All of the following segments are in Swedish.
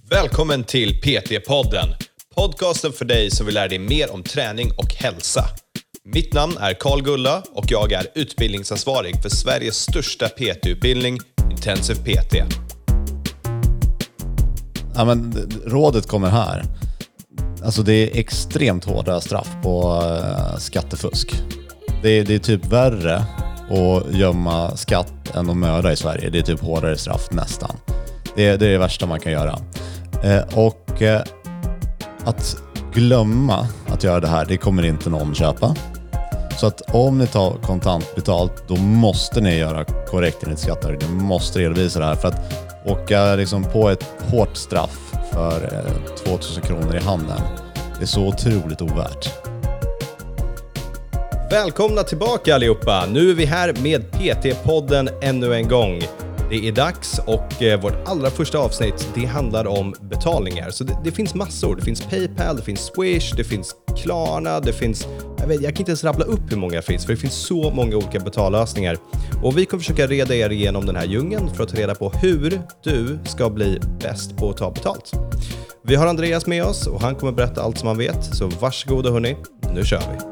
Välkommen till PT-podden. Podcasten för dig som vill lära dig mer om träning och hälsa. Mitt namn är Carl Gulla och jag är utbildningsansvarig för Sveriges största PT-utbildning, Intensive PT. Ja, men rådet kommer här. Alltså det är extremt hårda straff på skattefusk. Det är typ värre att gömma skatt än att mörda i Sverige. Det är typ hårdare straff nästan. Det är det värsta man kan göra. Att glömma att göra det här, det kommer inte någon köpa. Så att om ni tar kontant betalt, då måste ni göra korrekt enligt skatter. Ni måste redovisa det här för att åka liksom på ett hårt straff för 2000 kronor i handen. Det är så otroligt ovärt. Välkomna tillbaka allihopa. Nu är vi här med PT-podden ännu en gång. Det är dags och vårt allra första avsnitt, det handlar om betalningar. Så det finns massor. Det finns PayPal, det finns Swish, det finns Klarna, det finns... Jag kan inte ens rabbla upp hur många det finns, för det finns så många olika betallösningar. Och vi kommer försöka reda er igenom den här djungeln för att ta reda på hur du ska bli bäst på att ta betalt. Vi har Andreas med oss och han kommer berätta allt som han vet. Så varsågoda hörni, nu kör vi.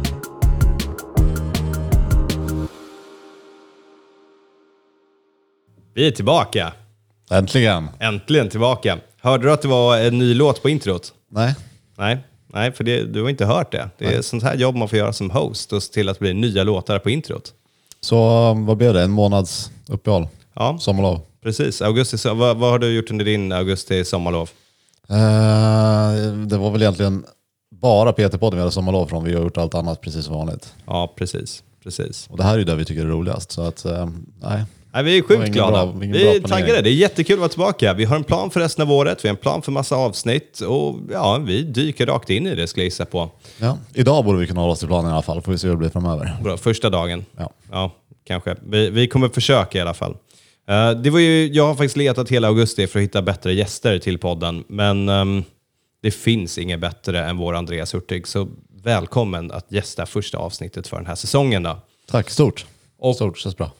Vi är tillbaka. Äntligen tillbaka. Hörde du att det var en ny låt på introt? Nej, för du har inte hört det. Det är sånt här jobb man får göra som host och se till att det blir nya låtar på introt. Så vad blev det? En månads uppehåll? Ja. Sommarlov? Precis. Augusti, vad har du gjort under din augusti sommarlov? Det var väl egentligen bara PT-podden vi hade sommarlov från. Vi har gjort allt annat precis som vanligt. Ja, precis. Och det här är ju det vi tycker är roligast. Så att, nej. Nej, vi är sjukt glada. Vi är taggade. Det är jättekul att vara tillbaka. Vi har en plan för resten av året. Vi har en plan för massa avsnitt. Och ja, vi dyker rakt in i det, skulle jag gissa på. Ja, idag borde vi kunna hålla oss till planen i alla fall. Får vi se hur det blir framöver. Bra, första dagen. Ja, kanske. Vi kommer försöka i alla fall. Jag har faktiskt letat hela augusti för att hitta bättre gäster till podden. Men det finns inget bättre än vår Andreas Hurtig. Så välkommen att gästa första avsnittet för den här säsongen då. Tack, stort. Stort, känns bra.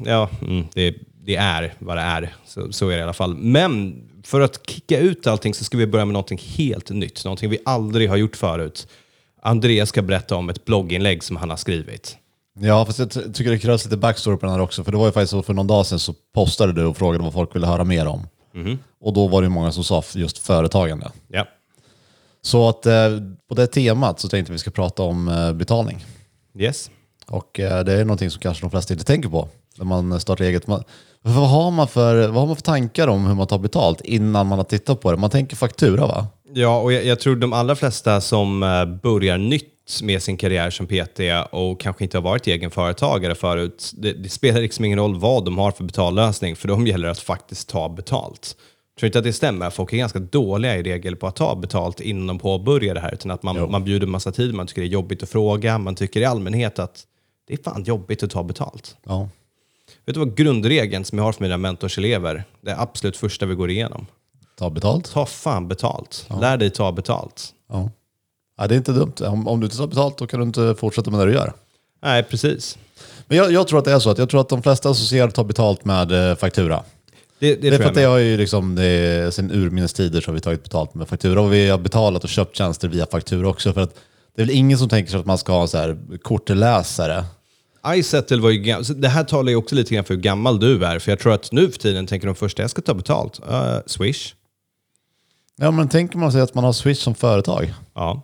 Det är vad det är. Så är det i alla fall. Men för att kicka ut allting så ska vi börja med någonting helt nytt. Någonting vi aldrig har gjort förut. Andreas ska berätta om ett blogginlägg som han har skrivit. Ja, fast jag tycker det krävs lite backstory på den här också. För det var ju faktiskt så för någon dag sedan så postade du och frågade vad folk ville höra mer om. Mm. Och då var det många som sa just företagande. Ja. Så att på det temat så tänkte vi ska prata om betalning. Yes. Och det är någonting som kanske de flesta inte tänker på när man startar eget. Vad har man för tankar om hur man tar betalt innan man har tittat på det? Man tänker faktura, va? Ja, och jag tror de allra flesta som börjar nytt med sin karriär som PT och kanske inte har varit egenföretagare förut, det spelar liksom ingen roll vad de har för betallösning, för de gäller att faktiskt ta betalt. Jag tror inte att det stämmer. Folk är ganska dåliga i regel på att ta betalt innan de påbörjar det här, utan att man bjuder massa tid, man tycker det är jobbigt att fråga, man tycker i allmänhet att det är fan jobbigt att ta betalt. Ja. Vet du vad grundregeln som jag har för mina mentorselever, det är absolut första vi går igenom? Ta betalt? Ta fan betalt. Ja. Lär dig ta betalt. Ja. Ja, det är inte dumt. Om du inte tar betalt då kan du inte fortsätta med det du gör. Nej, precis. Men jag tror att det är så. Jag tror att de flesta associerar ta betalt med faktura. Det är för att det har ju liksom, sen urminnes tider så har vi tagit betalt med faktura. Och vi har betalat och köpt tjänster via faktura också. För att det är väl ingen som tänker sig att man ska ha en så här kortläsare. iSettle var ju det här talar ju också lite grann för hur gammal du är. För jag tror att nu för tiden tänker de först att jag ska ta betalt. Swish. Ja, men tänker man sig att man har Swish som företag? Ja.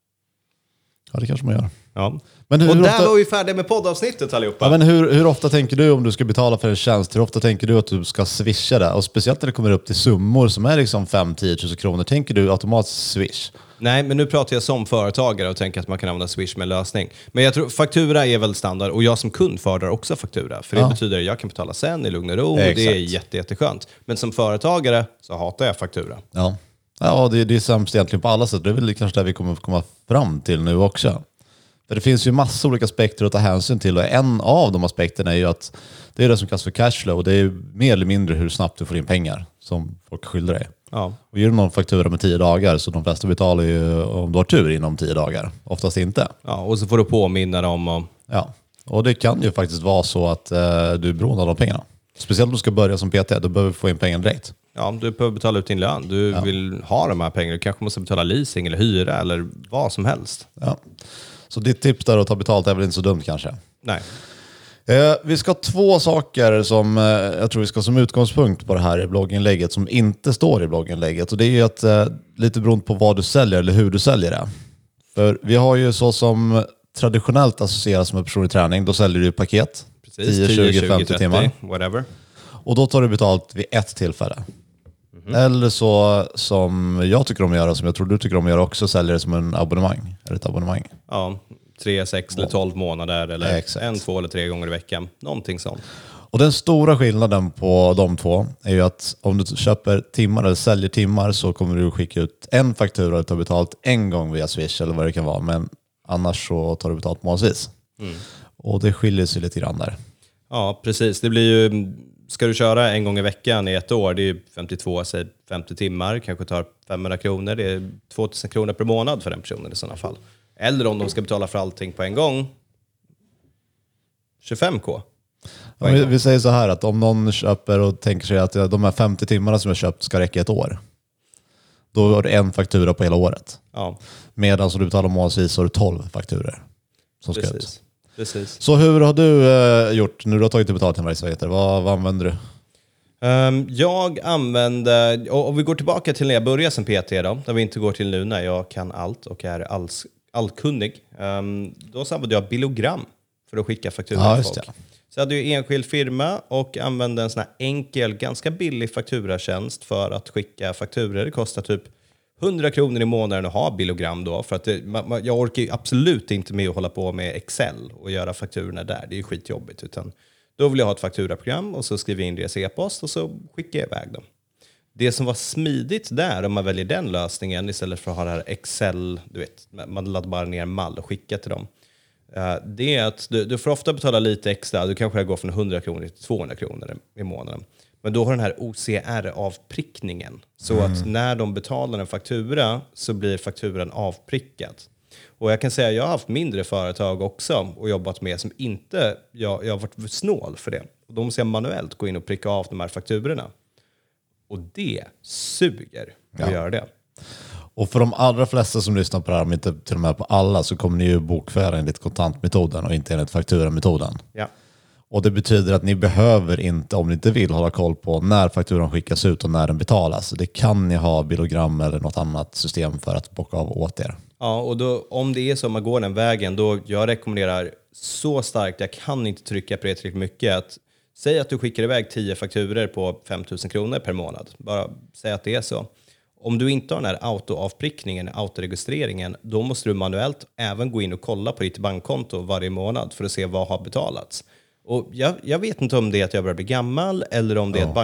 Ja, det kanske man gör. Ja. Men och där var vi färdiga med poddavsnittet allihopa. Ja, men hur ofta tänker du om du ska betala för en tjänst? Hur ofta tänker du att du ska swisha det? Och speciellt när det kommer upp till summor som är liksom 5-10 000 kronor. Tänker du automatiskt swish? Nej, men nu pratar jag som företagare och tänker att man kan använda Swish med lösning. Men jag tror faktura är väl standard och jag som kund föredrar också faktura. För det betyder att jag kan betala sen i lugn och ro och det är jätteskönt. Men som företagare så hatar jag faktura. Ja, det är sämst egentligen på alla sätt. Det är väl kanske det vi kommer komma fram till nu också. För det finns ju massa olika aspekter att ta hänsyn till och en av de aspekterna är ju att det är det som kallas för cashflow. Det är mer eller mindre hur snabbt du får in pengar som folk skyller dig. Ja. Och ger du någon faktura med 10 dagar så de flesta betalar ju om du har tur inom 10 dagar. Oftast inte. Ja, och så får du påminna dem om... Ja, och det kan ju faktiskt vara så att du är beroende av de pengarna. Speciellt om du ska börja som PT, då behöver du få in pengar direkt. Ja, du behöver betala ut din lön. Du vill ha de här pengarna. Du kanske måste betala leasing eller hyra eller vad som helst. Ja. Så ditt tips där att ta betalt är väl inte så dumt kanske? Nej. Vi ska ha 2 saker som jag tror vi ska som utgångspunkt på det här blogginlägget som inte står i blogginlägget. Och det är ju att lite beroende på vad du säljer eller hur du säljer det. För vi har ju så som traditionellt associeras med personlig träning, då säljer du paket. Precis, 10, 20, 50 timmar. Whatever. Och då tar du betalt vid ett tillfälle. Eller så som jag tycker om att göra, som jag tror du tycker om att göra också, säljer det som en abonnemang. Eller ett abonnemang. Ja, 3, 6 eller 12 månader eller Exakt. 1, 2 eller 3 gånger i veckan. Någonting sånt. Och den stora skillnaden på de två är ju att om du köper timmar eller säljer timmar så kommer du skicka ut en faktura och ta betalt en gång via Swish eller vad det kan vara. Men annars så tar du betalt månadsvis. Och det skiljer sig lite grann där. Ja, precis. Det blir ju, ska du köra en gång i veckan i ett år, det är ju 52, säg 50 timmar, kanske tar 500 kronor. Det är 2000 kronor per månad för den personen i sådana fall. Eller om de ska betala för allting på en gång, 25k. Ja, vi säger så här att om någon köper och tänker sig att de här 50 timmarna som jag köpt ska räcka ett år. Då har du en faktura på hela året. Ja, Medan så du betalar månadsvis så har du 12 fakturor som ska ut. Precis. Så hur har du gjort när du har tagit betalt till verksamheter? Vad använder du? Jag använder, och vi går tillbaka till när jag började som PT då, där vi inte går till nu när jag kan allt och är allkunnig. Då så använde jag Bilogram för att skicka fakturor till folk. Så jag hade ju enskild firma och använde en sån här enkel, ganska billig fakturatjänst för att skicka fakturor. Det kostar typ 100 kronor i månaden att ha Bilogram då. För att jag orkar ju absolut inte med att hålla på med Excel och göra fakturorna där. Det är ju skitjobbigt. Utan då vill jag ha ett fakturaprogram och så skriver jag in det i e-post och så skickar jag iväg dem. Det som var smidigt där, om man väljer den lösningen istället för att ha det här Excel, du vet, man laddar bara ner en mall och skickar till dem. Det är att du får ofta betala lite extra. Du kanske går från 100 kronor till 200 kronor i månaden. Men då har den här OCR-avprickningen. Så att när de betalar en faktura så blir fakturan avprickad. Och jag kan säga att jag har haft mindre företag också och jobbat med som inte, jag har varit snål för det. Och då måste jag manuellt gå in och pricka av de här fakturorna. Och det suger att göra det. Och för de allra flesta som lyssnar på det här, om inte till och med på alla, så kommer ni ju bokföra enligt kontantmetoden och inte enligt fakturametoden. Ja. Och det betyder att ni behöver inte, om ni inte vill, hålla koll på när fakturan skickas ut och när den betalas. Det kan ni ha Bilogram eller något annat system för att bocka av åt er. Ja, och då, om det är så att man går den vägen, då jag rekommenderar så starkt, jag kan inte trycka på det tillräckligt mycket, att säg att du skickar iväg 10 fakturer på 5 000 kronor per månad. Bara säg att det är så. Om du inte har den här autoavprickningen, autoregistreringen, då måste du manuellt även gå in och kolla på ditt bankkonto varje månad för att se vad har betalats. Och jag vet inte om det är att jag börjar bli gammal eller om det är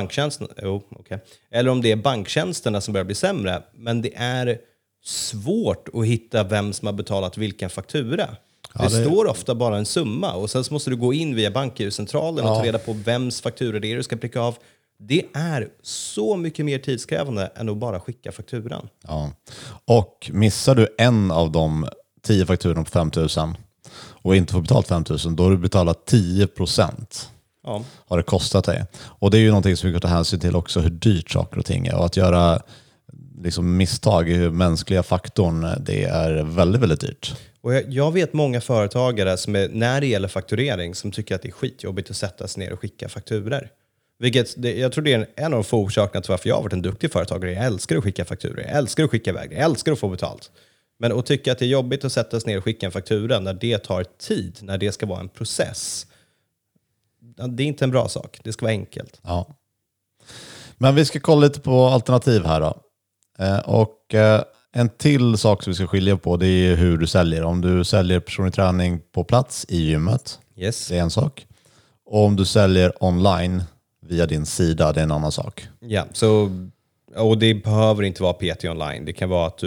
eller om det är banktjänsterna som börjar bli sämre. Men det är svårt att hitta vem som har betalat vilken faktura. Det står ofta bara en summa och sen så måste du gå in via bankgirocentralen och ta reda på vems faktura det är du ska pricka av. Det är så mycket mer tidskrävande än att bara skicka fakturan. Ja. Och missar du en av de 10 fakturorna på 5 000 och inte får betalt 5 000, då har du betalat 10%. Ja. Har det kostat dig. Och det är ju någonting som vi kan ta hänsyn till också, hur dyrt saker och ting är. Och att göra liksom misstag i mänskliga faktorn, det är väldigt, väldigt dyrt. Och jag vet många företagare som är, när det gäller fakturering, som tycker att det är skitjobbigt att sätta sig ner och skicka fakturer. Jag tror det är en av de få orsakerna till varför jag har varit en duktig företagare. Jag älskar att skicka fakturor, jag älskar att skicka iväg, jag älskar att få betalt. Men att tycka att det är jobbigt att sätta sig ner och skicka en faktura när det tar tid, när det ska vara en process. Det är inte en bra sak, det ska vara enkelt. Ja. Men vi ska kolla lite på alternativ här då. Och en till sak som vi ska skilja på, det är hur du säljer. Om du säljer personlig träning på plats i gymmet, yes. Det är en sak. Och om du säljer online via din sida, det är en annan sak. Ja, och det behöver inte vara PT online. Det kan vara att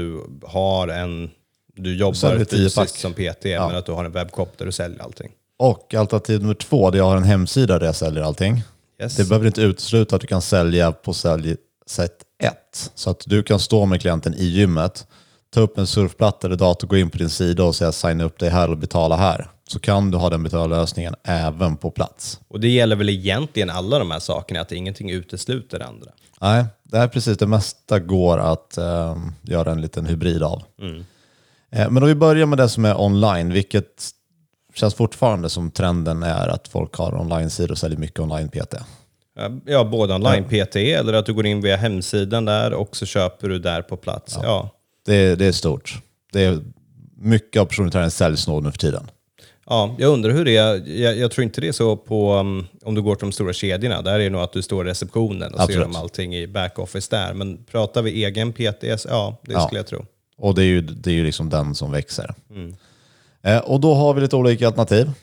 du jobbar fysiskt som PT, men att du har en webbshop där du säljer allting. Och alternativ nummer 2, det är att jag har en hemsida där jag säljer allting. Yes. Det behöver inte utesluta att du kan sälja på säljsätt 1. Så att du kan stå med klienten i gymmet, ta upp en surfplatta eller dator, gå in på din sida och säga signa upp dig här och betala här. Så kan du ha den betallösningen även på plats. Och det gäller väl egentligen alla de här sakerna, att ingenting utesluter det andra. Nej, det är precis det mesta går att göra en liten hybrid av. Men om vi börjar med det som är online, vilket känns fortfarande som trenden är att folk har online-sidor och säljer mycket online-PT. Ja, både online-PT eller att du går in via hemsidan där och så köper du där på plats. Ja. Det är stort. Det är mycket av personlig träning säljs nog nu för tiden. Ja, jag undrar hur det är. Jag tror inte det är så på om du går till de stora kedjorna. Där är det nog att du står i receptionen och så gör de allting i backoffice där. Men pratar vi egen PTS, det skulle jag tro. Och det är ju liksom den som växer. Och då har vi lite olika alternativ.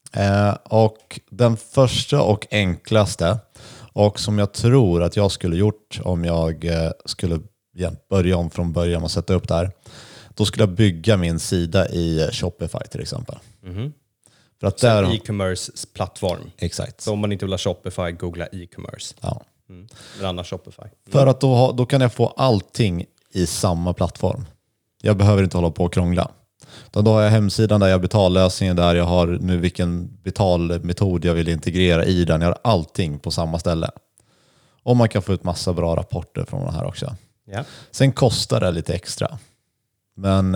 Och den första och enklaste, och som jag tror att jag skulle gjort om jag skulle börja om från början och sätta upp där, då skulle jag bygga min sida i Shopify till exempel. För att där e-commerce plattform. Exakt. Så om man inte vill ha Shopify, googla e-commerce. Ja. Men annars Shopify. För att då kan jag få allting i samma plattform. Jag behöver inte hålla på och krångla. Då har jag hemsidan där jag har betallösningen där, jag har nu vilken betalmetod jag vill integrera i den. Jag har allting på samma ställe. Och man kan få ut massa bra rapporter från det här också. Ja. Sen kostar det lite extra. Men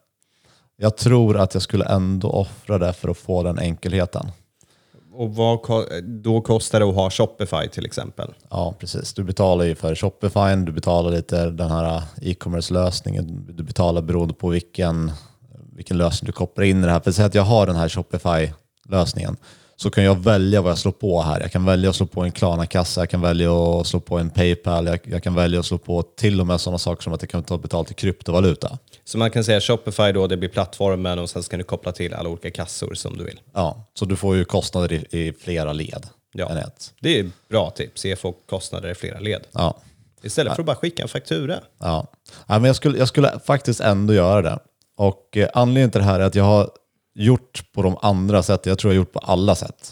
jag tror att jag skulle ändå offra det för att få den enkelheten. Och vad då kostar det att ha Shopify till exempel? Ja, precis. Du betalar ju för Shopify, du betalar lite den här e-commerce-lösningen. Du betalar beroende på vilken lösning du kopplar in i det här. För att säga att jag har den här Shopify-lösningen, så kan jag välja vad jag slår på här. Jag kan välja att slå på en Klarna-kassa, jag kan välja att slå på en PayPal, jag kan välja att slå på till och med sådana saker som att jag kan ta betalt i kryptovaluta. Så man kan säga Shopify då, det blir plattformen och sen ska du koppla till alla olika kassor som du vill. Ja, så du får ju kostnader i flera led. Ja, än ett. Det är bra tips. Få kostnader i flera led. Ja. Istället för att bara skicka en faktura. Ja, men jag skulle faktiskt ändå göra det. Och anledningen till det här är att jag har gjort på de andra sätt. Jag tror jag har gjort på alla sätt.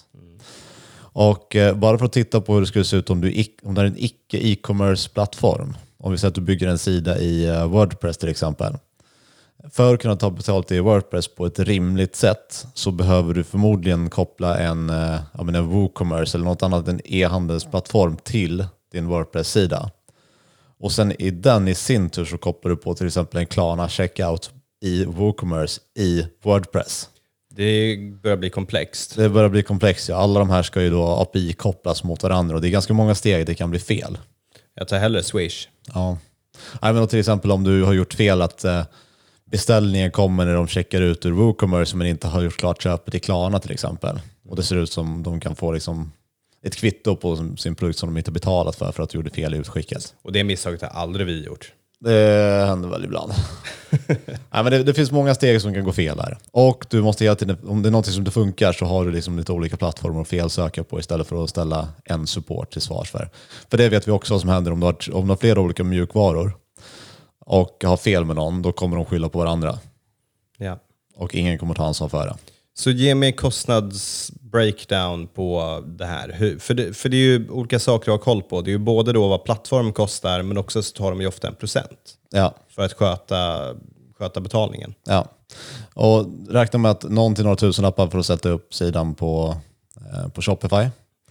Och bara för att titta på hur det skulle se ut om det är en icke-e-commerce-plattform. Om vi säger att du bygger en sida i WordPress till exempel. För att kunna ta betalt i WordPress på ett rimligt sätt så behöver du förmodligen koppla en WooCommerce eller något annat, en e-handelsplattform till din WordPress-sida. Och sen i sin tur så kopplar du på till exempel en Klarna checkout i WooCommerce i WordPress. Det börjar bli komplext. Det börjar bli komplext, ja. Alla de här ska ju då API-kopplas mot varandra och det är ganska många steg, det kan bli fel. Jag tar hellre Swish. Ja. Men till exempel om du har gjort fel att beställningen kommer när de checkar ut ur WooCommerce men inte har gjort klart köpet i Klarna till exempel. Och det ser ut som de kan få liksom ett kvitto på sin produkt som de inte betalat för att du gjorde fel i utskicket. Och det misstaget har aldrig vi gjort. Det händer väl ibland. Nej, men det finns många steg som kan gå fel här. Och du måste hela tiden, om det är något som inte funkar så har du liksom lite olika plattformar att felsöka på istället för att ställa en support till svars för. För det vet vi också vad som händer om du har flera olika mjukvaror och har fel med någon, då kommer de skylla på varandra. Ja. Och ingen kommer ta ansvar för det. Så ge mig kostnadsbreakdown på det här. För det är ju olika saker att ha koll på. Det är ju både då vad plattform kostar, men också så tar de ju ofta 1% för att sköta betalningen. Ja, och räkna med att någon till några tusenlappar för att sätta upp sidan på Shopify.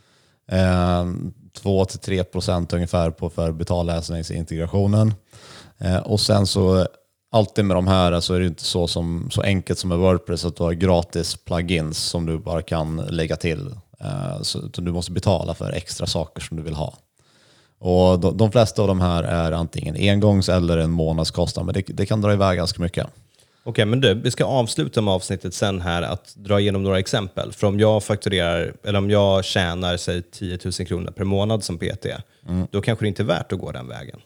2-3% ungefär för betalläsningsintegrationen. Och sen så alltid med de här så är det inte så enkelt som med WordPress att du har gratis plugins som du bara kan lägga till. Så du måste betala för extra saker som du vill ha. Och de flesta av de här är antingen engångs eller en månadskostnad, men det kan dra iväg ganska mycket. Okej, men vi ska avsluta med avsnittet sen här att dra igenom några exempel. För om jag fakturerar, eller om jag tjänar sig 10 000 kronor per månad som PT, då kanske det inte är värt att gå den vägen.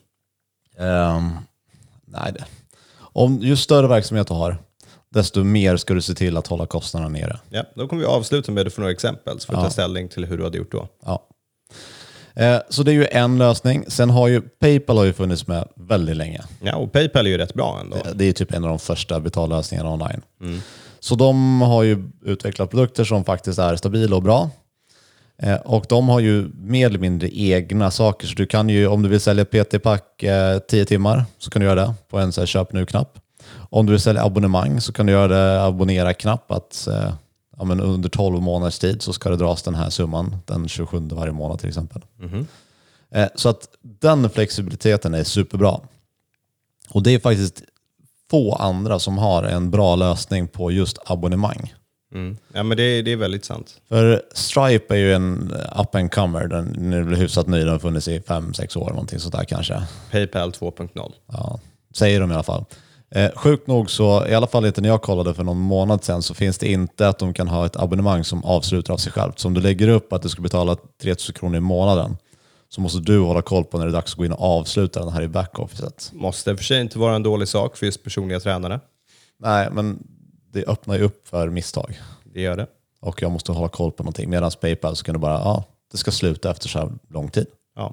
Nej, om ju större verksamhet du har, desto mer ska du se till att hålla kostnaderna nere. Ja, då kommer vi avsluta med det för några exempel så får vi ta ställning till hur du hade gjort då. Ja. Så det är ju en lösning. Sen har ju PayPal funnits med väldigt länge. Ja, och PayPal är ju rätt bra ändå. Det är typ en av de första betallösningarna online. Så de har ju utvecklat produkter som faktiskt är stabila och bra. Och de har ju mer eller mindre egna saker. Så du kan ju, om du vill sälja PT-pack 10 timmar så kan du göra det på en så här köp nu-knapp. Om du vill sälja abonnemang så kan du göra det abonnera-knapp. Att men under 12 månaders tid så ska det dras den här summan den 27 varje månad till exempel. Så att den flexibiliteten är superbra. Och det är faktiskt få andra som har en bra lösning på just abonnemang. Ja, men det är väldigt sant. För Stripe är ju en up and comer. Den är hyfsat ny, den har funnits i 5-6 år, någonting sådär kanske. PayPal 2.0. Ja, säger de i alla fall. Sjukt nog så, i alla fall inte när jag kollade för någon månad sedan, så finns det inte att de kan ha ett abonnemang som avslutar av sig självt. Så om du lägger upp att du ska betala 3 000 kronor i månaden, så måste du hålla koll på när det är dags att gå in och avsluta den här i backofficet. Måste för sig inte vara en dålig sak för just personliga tränare. Nej, men det öppnar ju upp för misstag. Det gör det. Och jag måste hålla koll på någonting. Medan PayPal så kan du bara, det ska sluta efter så här lång tid. Ja.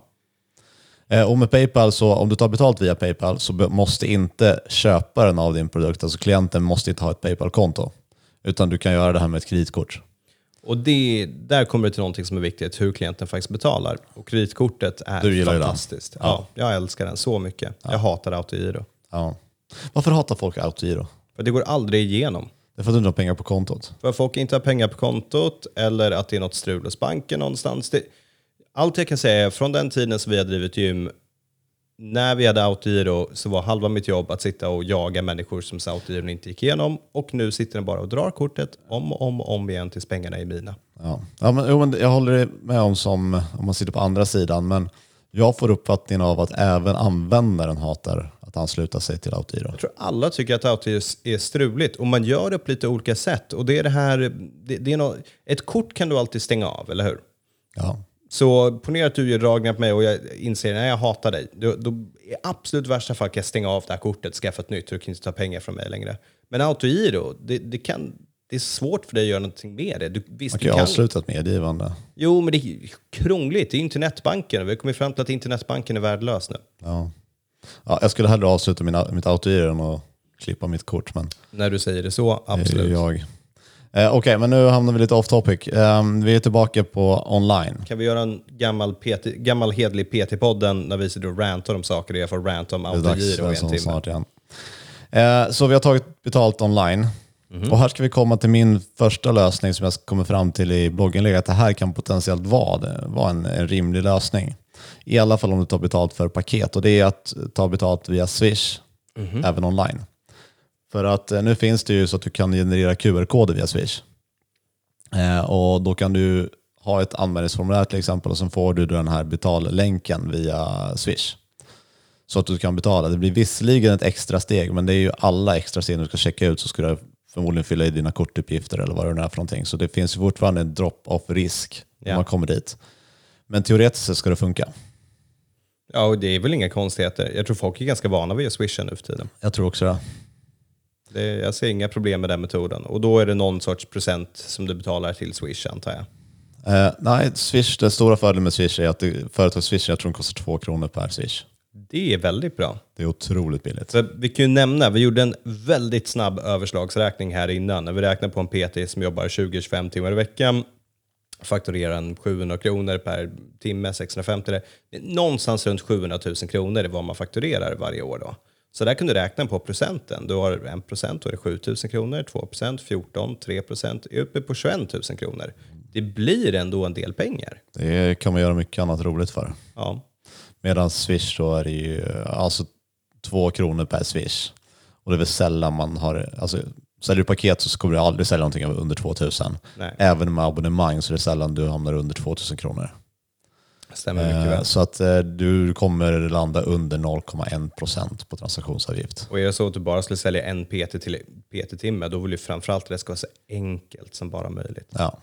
Och med PayPal, så om du tar betalt via PayPal så måste inte köparen av din produkt, alltså klienten, måste inte ha ett PayPal-konto. Utan du kan göra det här med ett kreditkort. Och där kommer det till någonting som är viktigt, hur klienten faktiskt betalar. Och kreditkortet är fantastiskt. Ja, jag älskar den så mycket. Ja. Jag hatar autogiro. Ja. Varför hatar folk autogiro? För det går aldrig igenom. Det är för att du inte har pengar på kontot. För att folk inte har pengar på kontot eller att det är något strul hos banken någonstans. Allt jag kan säga är från den tiden som vi har drivit gym, när vi hade autogiro så var halva mitt jobb att sitta och jaga människor som autogiron inte gick igenom. Och nu sitter den bara och drar kortet om igen tills pengarna är mina. Ja, men jag håller med om man sitter på andra sidan. Men jag får uppfattningen av att även användaren hatar att ansluta sig till autogiro. Jag tror alla tycker att autogiro är struligt. Och man gör det på lite olika sätt. Och det är det här, ett kort kan du alltid stänga av, eller hur? Ja. Så ponera att du gör dragningar på mig och jag inser att jag hatar dig. Då i absolut värsta fall kan jag stänga av det här kortet, skaffa ett nytt, så du kan inte ta pengar från mig längre. Men autogiro, det är svårt för dig att göra någonting med det. Man kan ju avsluta ett medgivande. Jo, men det är krångligt. Det är internetbanken. Vi har kommit fram till att internetbanken är värdelös nu. Ja, jag skulle hellre avsluta mitt autogiro än att klippa mitt kort. Men när du säger det så, absolut. Okej, men nu hamnar vi lite off topic. Vi är tillbaka på online. Kan vi göra en gammal hedlig PT-podden när vi sitter och rantar om saker och jag får ranta om autogiro i en timme? Snart igen. Så vi har tagit betalt online. Och här ska vi komma till min första lösning som jag kommer fram till i blogginlägg, att det här kan potentiellt vara en rimlig lösning. I alla fall om du tar betalt för paket, och det är att ta betalt via Swish, även online. För att nu finns det ju så att du kan generera QR-koder via Swish. Och då kan du ha ett anmälningsformulär till exempel, och sen får du den här betallänken via Swish. Så att du kan betala. Det blir visserligen ett extra steg, men det är ju alla extra steg du ska checka ut, så ska du förmodligen fylla i dina kortuppgifter eller vad det är för någonting. Så det finns ju fortfarande en drop-off-risk när man kommer dit. Men teoretiskt sett ska det funka. Ja, och det är väl inga konstigheter. Jag tror folk är ganska vana vid att swisha nu för tiden. Jag tror också det. Jag ser inga problem med den metoden. Och då är det någon sorts procent som du betalar till Swish, antar jag. Nej, Swish, den stora fördelen med Swish är att företag Swish, jag tror det kostar 2 kronor per Swish. Det är väldigt bra. Det är otroligt billigt. För vi kan ju nämna, vi gjorde en väldigt snabb överslagsräkning här innan. När vi räknar på en PT som jobbar 20-25 timmar i veckan, fakturerar en 700 kronor per timme, 650. Någonstans runt 700 000 kronor är vad man fakturerar varje år då. Så där kan du räkna på procenten. Du har 1%, då är det 7 000 kronor, 2%, 14, 3%, är uppe på 21 000 kronor. Det blir ändå en del pengar. Det kan man göra mycket annat roligt för. Ja. Medan Swish då är det ju alltså 2 kronor per Swish. Och det är väl sällan man har, alltså säljer du paket så kommer du aldrig sälja någonting under 2000. Nej. Även med abonnemang så är det sällan du hamnar under 2000 kronor. Stämmer mycket väl. Så att du kommer landa under 0,1% på transaktionsavgift. Och är det så att du bara skulle sälja en PT-timme, då vill ju framförallt att det ska vara så enkelt som bara möjligt. Ja.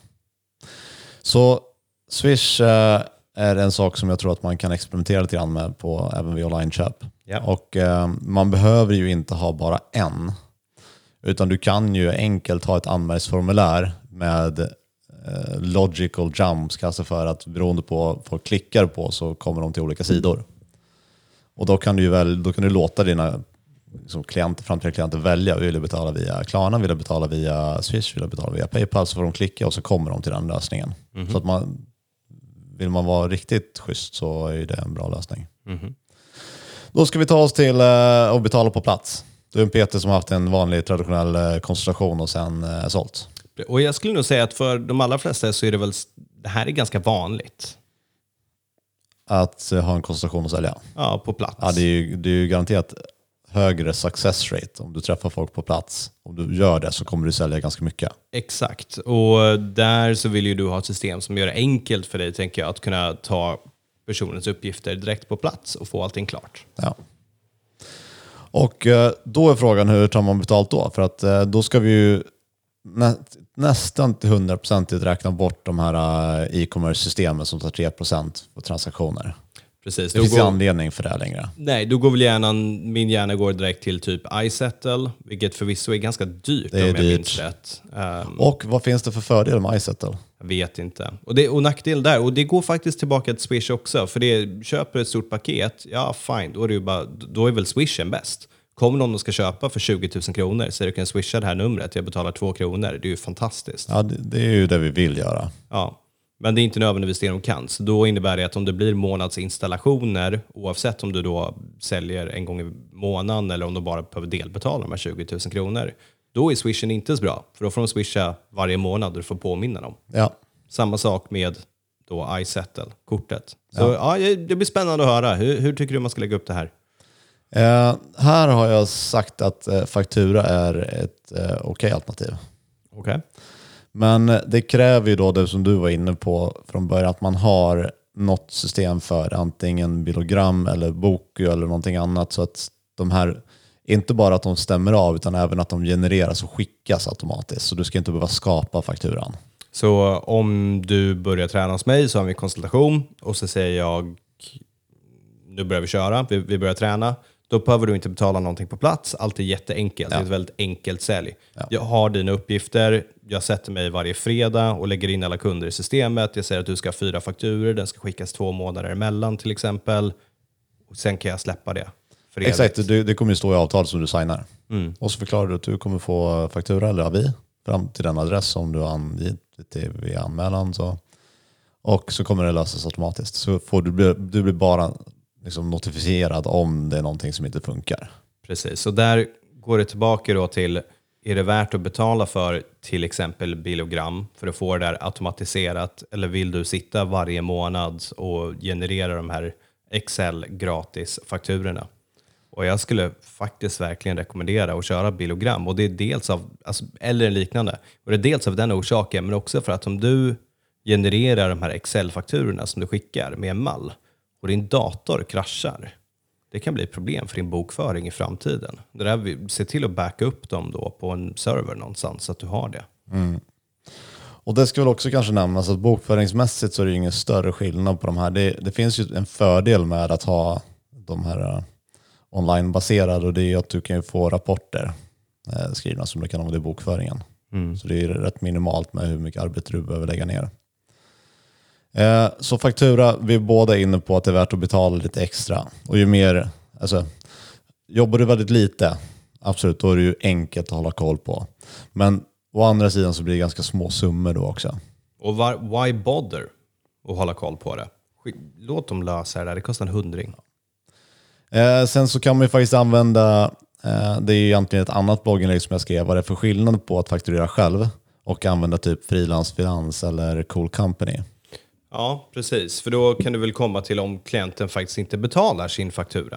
Så Swish är en sak som jag tror att man kan experimentera lite grann med på även vid online-köp. Ja. Och man behöver ju inte ha bara en, utan du kan ju enkelt ha ett anmälningsformulär med logical jumps, alltså för att beroende på vad folk klickar på så kommer de till olika sidor. Och då kan du låta dina framtida klienter välja. Vill du betala via Klarna, vill du betala via Swish, vill du betala via PayPal, så får de klicka och så kommer de till den lösningen. Så att vill man vara riktigt schysst så är det en bra lösning. Då ska vi ta oss till att betala på plats. Du är en PT som har haft en vanlig traditionell konsultation och sen sålt. Och jag skulle nog säga att för de allra flesta så är det här är ganska vanligt. Att ha en konsultation och sälja? Ja, på plats. Ja, det är ju garanterat högre success rate om du träffar folk på plats. Om du gör det så kommer du sälja ganska mycket. Exakt, och där så vill ju du ha ett system som gör det enkelt för dig, tänker jag, att kunna ta personens uppgifter direkt på plats och få allting klart. Ja. Och då är frågan, hur tar man betalt då? För att då ska vi ju nästan till 100% räkna bort de här e-commerce-systemen som tar 3% på transaktioner. Precis. Det finns ingen anledning för det längre. Nej, då går väl min hjärna går direkt till typ iSettle, vilket förvisso är ganska dyrt det är om jag dyrt. minns rätt. Och vad finns det för fördel med iSettle? Jag vet inte. Och nackdel där, och det går faktiskt tillbaka till Swish också, för det köper ett stort paket, ja fine, då är väl Swishen bäst. Kommer någon och ska köpa för 20 000 kronor så du kan swisha det här numret, jag betalar 2 kronor, det är ju fantastiskt. Ja, det är ju det vi vill göra. Ja. Men det är inte nödvändigtvis det de kan. Så då innebär det att om det blir månadsinstallationer, oavsett om du då säljer en gång i månaden eller om du bara behöver delbetala de här 20 000 kronor, då är Swishen inte så bra. För då får de swisha varje månad och du får påminna dem. Ja. Samma sak med då iSettle, kortet. Så ja, det blir spännande att höra. Hur tycker du man ska lägga upp det här? Här har jag sagt att faktura är ett okej alternativ. Okej. Men det kräver ju då det som du var inne på från början, att man har något system för antingen bilogram eller Boku eller någonting annat, så att de här, inte bara att de stämmer av utan även att de genereras och skickas automatiskt. Så du ska inte behöva skapa fakturan. Så om du börjar träna hos mig så har vi konsultation och så säger jag, nu börjar vi köra, vi börjar träna. Då behöver du inte betala någonting på plats. Allt är jätteenkelt. Ja. Det är ett väldigt enkelt sälj. Ja. Jag har dina uppgifter. Jag sätter mig varje fredag och lägger in alla kunder i systemet. Jag säger att du ska ha 4 fakturer. Den ska skickas 2 månader emellan till exempel. Och sen kan jag släppa det. Exakt, det kommer ju stå i avtal som du signar. Och så förklarar du att du kommer få faktura eller avi fram till den adress som du har angivit vid anmälan. Så. Och så kommer det lösas automatiskt. Så får du blir bara liksom notifierad om det är någonting som inte funkar. Precis, så där går det tillbaka då till, är det värt att betala för till exempel bilogram för att få det där automatiserat, eller vill du sitta varje månad och generera de här Excel gratis fakturorna? Och jag skulle faktiskt verkligen rekommendera att köra bilogram, och det är dels av, eller liknande, och det är dels av den orsaken, men också för att om du genererar de här Excel-fakturorna som du skickar med en mall och din dator kraschar, det kan bli ett problem för din bokföring i framtiden. Det där, se till att backa upp dem då på en server någonstans så att du har det. Mm. Och det ska väl också kanske nämnas att bokföringsmässigt så är det ingen större skillnad på de här. Det finns ju en fördel med att ha de här online-baserade, och det är att du kan få rapporter skrivna som du kan använda i bokföringen. Så det är rätt minimalt med hur mycket arbete du behöver lägga ner. Så faktura, vi är båda inne på att det är värt att betala lite extra. Och ju mer, jobbar du väldigt lite, absolut, då är det ju enkelt att hålla koll på. Men å andra sidan så blir det ganska små summor då också. Och why bother att hålla koll på det? Låt dem lösa det där, det kostar 100. Sen så kan man ju faktiskt använda, det är ju egentligen ett annat blogginlägg som jag skrev, vad det är för skillnad på att fakturera själv och använda typ frilansfinans eller Cool Company. Ja, precis. För då kan du väl komma till om klienten faktiskt inte betalar sin faktura.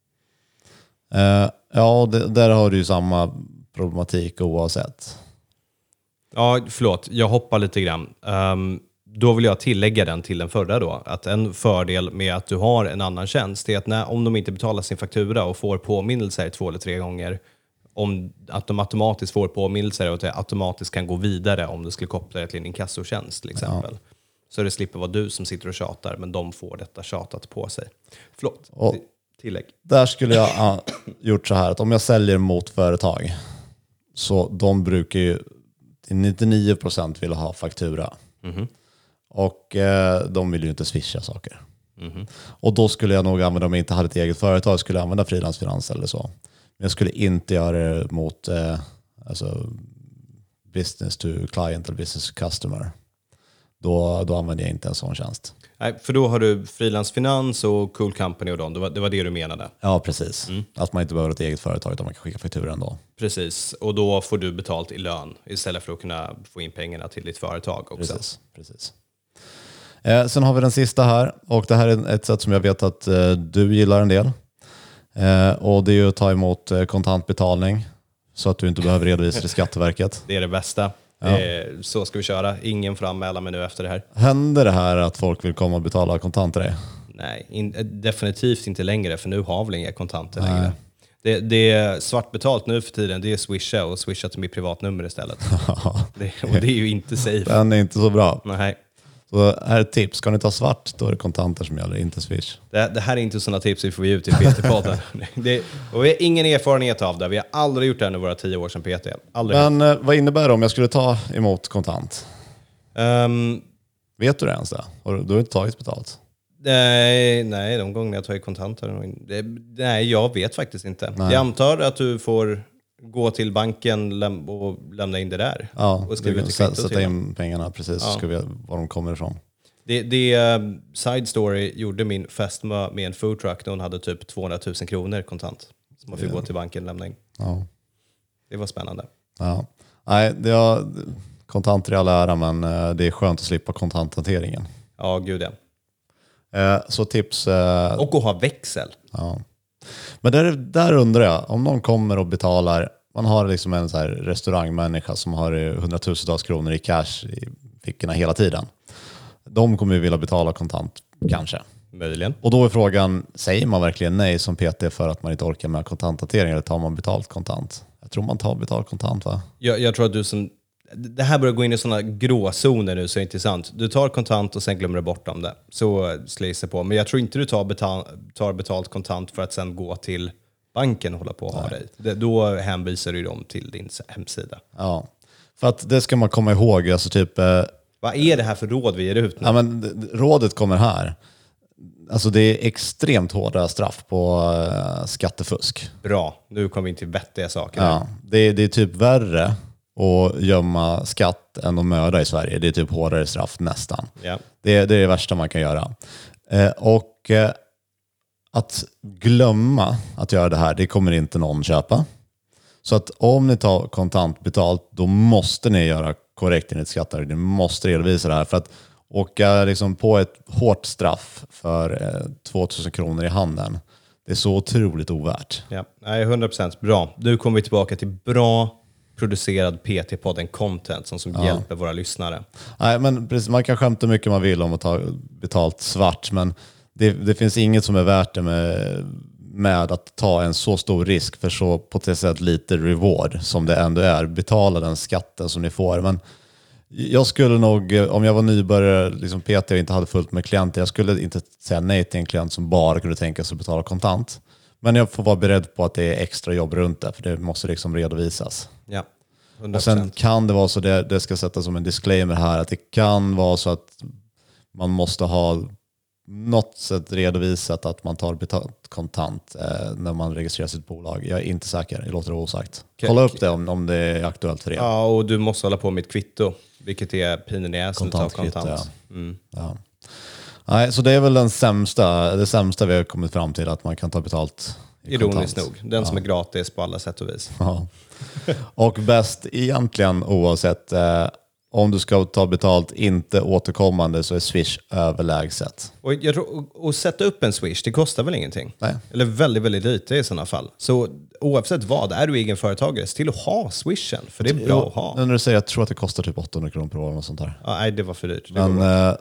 Ja, där har du ju samma problematik oavsett. Ja, förlåt. Jag hoppar lite grann. Då vill jag tillägga den till den förra då. Att en fördel med att du har en annan tjänst är att om de inte betalar sin faktura och får påminnelser 2 eller 3 gånger, om att de automatiskt får påminnelser och att det automatiskt kan gå vidare om du skulle koppla det till din inkassotjänst till exempel. Ja. Så det slipper vara du som sitter och tjatar, men de får detta tjatat på sig. Förlåt, tillägg. Där skulle jag gjort så här, att om jag säljer mot företag, så de brukar ju till 99% vilja ha faktura. Mm-hmm. Och de vill ju inte swisha saker. Mm-hmm. Och då skulle jag nog använda, om jag inte hade ett eget företag, skulle jag använda frilansfinans eller så. Men jag skulle inte göra det mot business to client eller business to customer. Då använder jag inte en sån tjänst. Nej, för då har du frilansfinans och Cool Company och dem. Det var det du menade. Ja, precis. Att man inte behöver ett eget företag utan man kan skicka fakturan ändå. Precis, och då får du betalt i lön istället för att kunna få in pengarna till ditt företag också. Precis. Sen har vi den sista här och det här är ett sätt som jag vet att du gillar en del. Och det är ju att ta emot kontantbetalning så att du inte behöver redovisa till Skatteverket. Det är det bästa. Ja. Så ska vi köra. Ingen får anmäla mig nu efter det här. Händer det här att folk vill komma och betala kontant till dig? Nej, definitivt inte längre, för nu har vi inga kontanter längre. Det är svart betalt nu för tiden, det är swisha och swisha till mitt privatnummer istället. Och det är ju inte safe. Den är inte så bra. Nej. Så här är ett tips, ska ni ta svart då är det kontanter som gäller, inte swish. Det här är inte sådana tips vi får ge ut i PT-podden. Och vi har ingen erfarenhet av det. Vi har aldrig gjort det under våra 10 år sedan PT. Aldrig. Men vad innebär det om jag skulle ta emot kontant? Vet du det ens det? Du har inte tagit betalt? Nej, de gånger jag tar i kontanter. Nej, jag vet faktiskt inte. Nej. Jag antar att du får gå till banken och lämna in det där. Ja, och du kan sätta in pengarna precis så ska vi var de kommer ifrån. Side Story gjorde min fästmö med en foodtruck när hon hade typ 200 000 kronor kontant. Så man fick gå till banken och lämna in. Ja. Det var spännande. Ja. Nej, kontanter i all ära, men det är skönt att slippa kontanthanteringen. Ja, gud ja. Så tips... Och att ha växel. Ja. Men där undrar jag, om någon kommer och betalar, man har liksom en så här restaurangmänniska som har 100,000 kronor i cash i fickorna hela tiden. De kommer ju vilja betala kontant, kanske. Möjligen. Och då är frågan, säger man verkligen nej som PT för att man inte orkar med kontanthantering, eller tar man betalt kontant? Jag tror man tar betalt kontant, va? Jag tror att det här börjar gå in i sådana gråzoner nu, så är det intressant. Du tar kontant och sen glömmer du bort om det. Så släser på. Men jag tror inte du tar betalt kontant för att sen gå till banken och hålla på och ha dig. Då hänvisar du dem till din hemsida. Ja, för att det ska man komma ihåg. Alltså typ... Vad är det här för råd vi ger ut nu? Ja, men rådet kommer här. Alltså det är extremt hårda straff på skattefusk. Bra, nu kommer vi in till vettiga saker. Ja, det är typ värre att gömma skatt än att mörda i Sverige. Det är typ hårdare straff nästan. Ja. Det är det värsta man kan göra. Och att glömma att göra det här, det kommer inte någon köpa. Så att om ni tar kontant betalt, då måste ni göra korrekt enligt Skatteverket. Ni måste redovisa det här, för att åka liksom på ett hårt straff för 2000 kronor i handen, det är så otroligt ovärt. Ja, 100% bra. Nu kommer vi tillbaka till bra producerad PT-podden content som hjälper våra lyssnare. Nej, men precis, man kan skämta mycket man vill om att ta betalt svart, men det finns inget som är värt det med att ta en så stor risk för så på ett sätt lite reward som det ändå är. Betala den skatten som ni får. Men jag skulle nog, om jag var nybörjare, liksom PT och inte hade fullt med klienter, jag skulle inte säga nej till en klient som bara kunde tänka sig att betala kontant. Men jag får vara beredd på att det är extra jobb runt det, för det måste liksom redovisas. Ja, 100%. Och sen kan det vara så, det ska sättas som en disclaimer här, att det kan vara så att man måste ha något sätt redovisat att man tar betalt kontant när man registrerar sitt bolag. Jag är inte säker, det låter osagt. Kolla upp det om det är aktuellt för er. Ja, och du måste hålla på med ett kvitto, vilket är pinen i assen att ta kontant. Ja. Ja. Nej, så det är väl det sämsta vi har kommit fram till, att man kan ta betalt ironiskt nog. Den som är gratis på alla sätt och vis. Ja. Och bäst egentligen oavsett om du ska ta betalt inte återkommande, så är Swish överlägset. Och jag tror, att sätta upp en Swish, det kostar väl ingenting? Nej. Eller väldigt, väldigt lite i sådana fall. Så oavsett vad, är du egenföretagare, till att ha Swishen. För det är bra att ha. När du säger, jag tror att det kostar typ 800 kronor per år och sånt där. Ja, nej, det var för dyrt. Men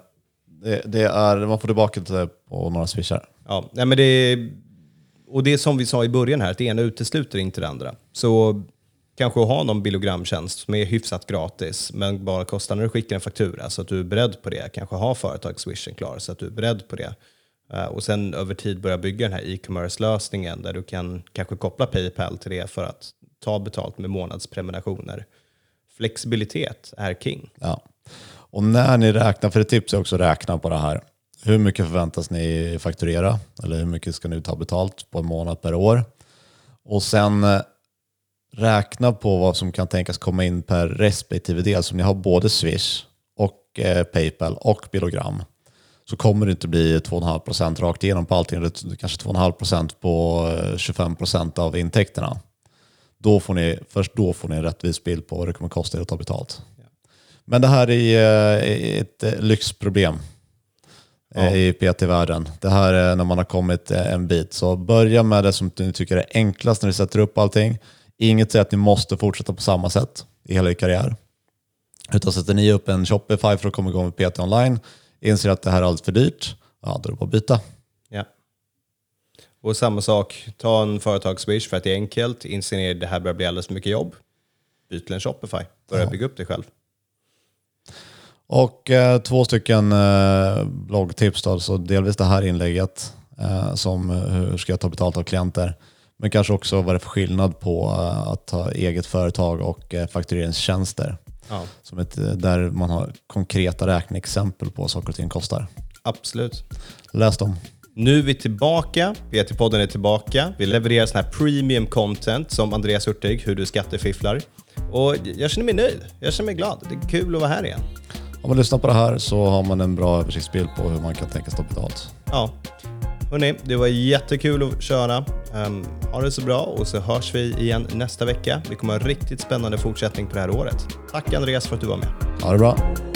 man får tillbaka det på några swishar. Ja, nej, men och det är som vi sa i början här, att det ena utesluter inte det andra. Så kanske ha någon bilogramtjänst som är hyfsat gratis, men bara kostar när du skickar en faktura, så att du är beredd på det. Kanske ha företagsswishen klar så att du är beredd på det. Och sen över tid börja bygga den här e-commerce-lösningen där du kan kanske koppla PayPal till det för att ta betalt med månadsprenumerationer. Flexibilitet är king. Ja. Och när ni räknar, för det tips är också att räkna på det här. Hur mycket förväntas ni fakturera? Eller hur mycket ska ni ta betalt på en månad per år? Och sen räkna på vad som kan tänkas komma in per respektive del. Så om ni har både Swish och PayPal och bilogram, så kommer det inte bli 2,5% rakt igenom på allting. Det kanske 2,5% på 25% av intäkterna. Först då får ni en rättvis bild på vad det kommer kosta att ta betalt. Ja. Men det här är ett lyxproblem. i PT-världen. Det här är när man har kommit en bit. Så börja med det som ni tycker är enklast när ni sätter upp allting. Inget säger att ni måste fortsätta på samma sätt i hela er karriär. Utan sätter ni upp en Shopify för att komma igång med PT online, inser att det här är alldeles för dyrt, då är det bara att byta. Ja. Och samma sak, ta en företagswish för att det är enkelt. Inser ni att det här börjar bli alldeles för mycket jobb. Byt till en Shopify. Börja bygga upp det själv. Och 2 stycken bloggtips då. Så delvis det här inlägget som hur ska jag ta betalt av klienter. Men kanske också vad det är för skillnad på att ha eget företag och faktureringstjänster. Ja. Som där man har konkreta räkneexempel på saker och ting kostar. Absolut. Läs dem. Nu är vi tillbaka. PT-podden är tillbaka. Vi levererar sån här premium content som Andreas Hurtig, hur du skattefifflar. Och jag känner mig nöjd. Jag känner mig glad. Det är kul att vara här igen. Om man lyssnar på det här så har man en bra översiktsbild på hur man kan tänka sig ta betalt. Ja. Hörrni, det var jättekul att köra. Ha det så bra och så hörs vi igen nästa vecka. Vi kommer ha en riktigt spännande fortsättning på det här året. Tack Andreas för att du var med. Ha det bra.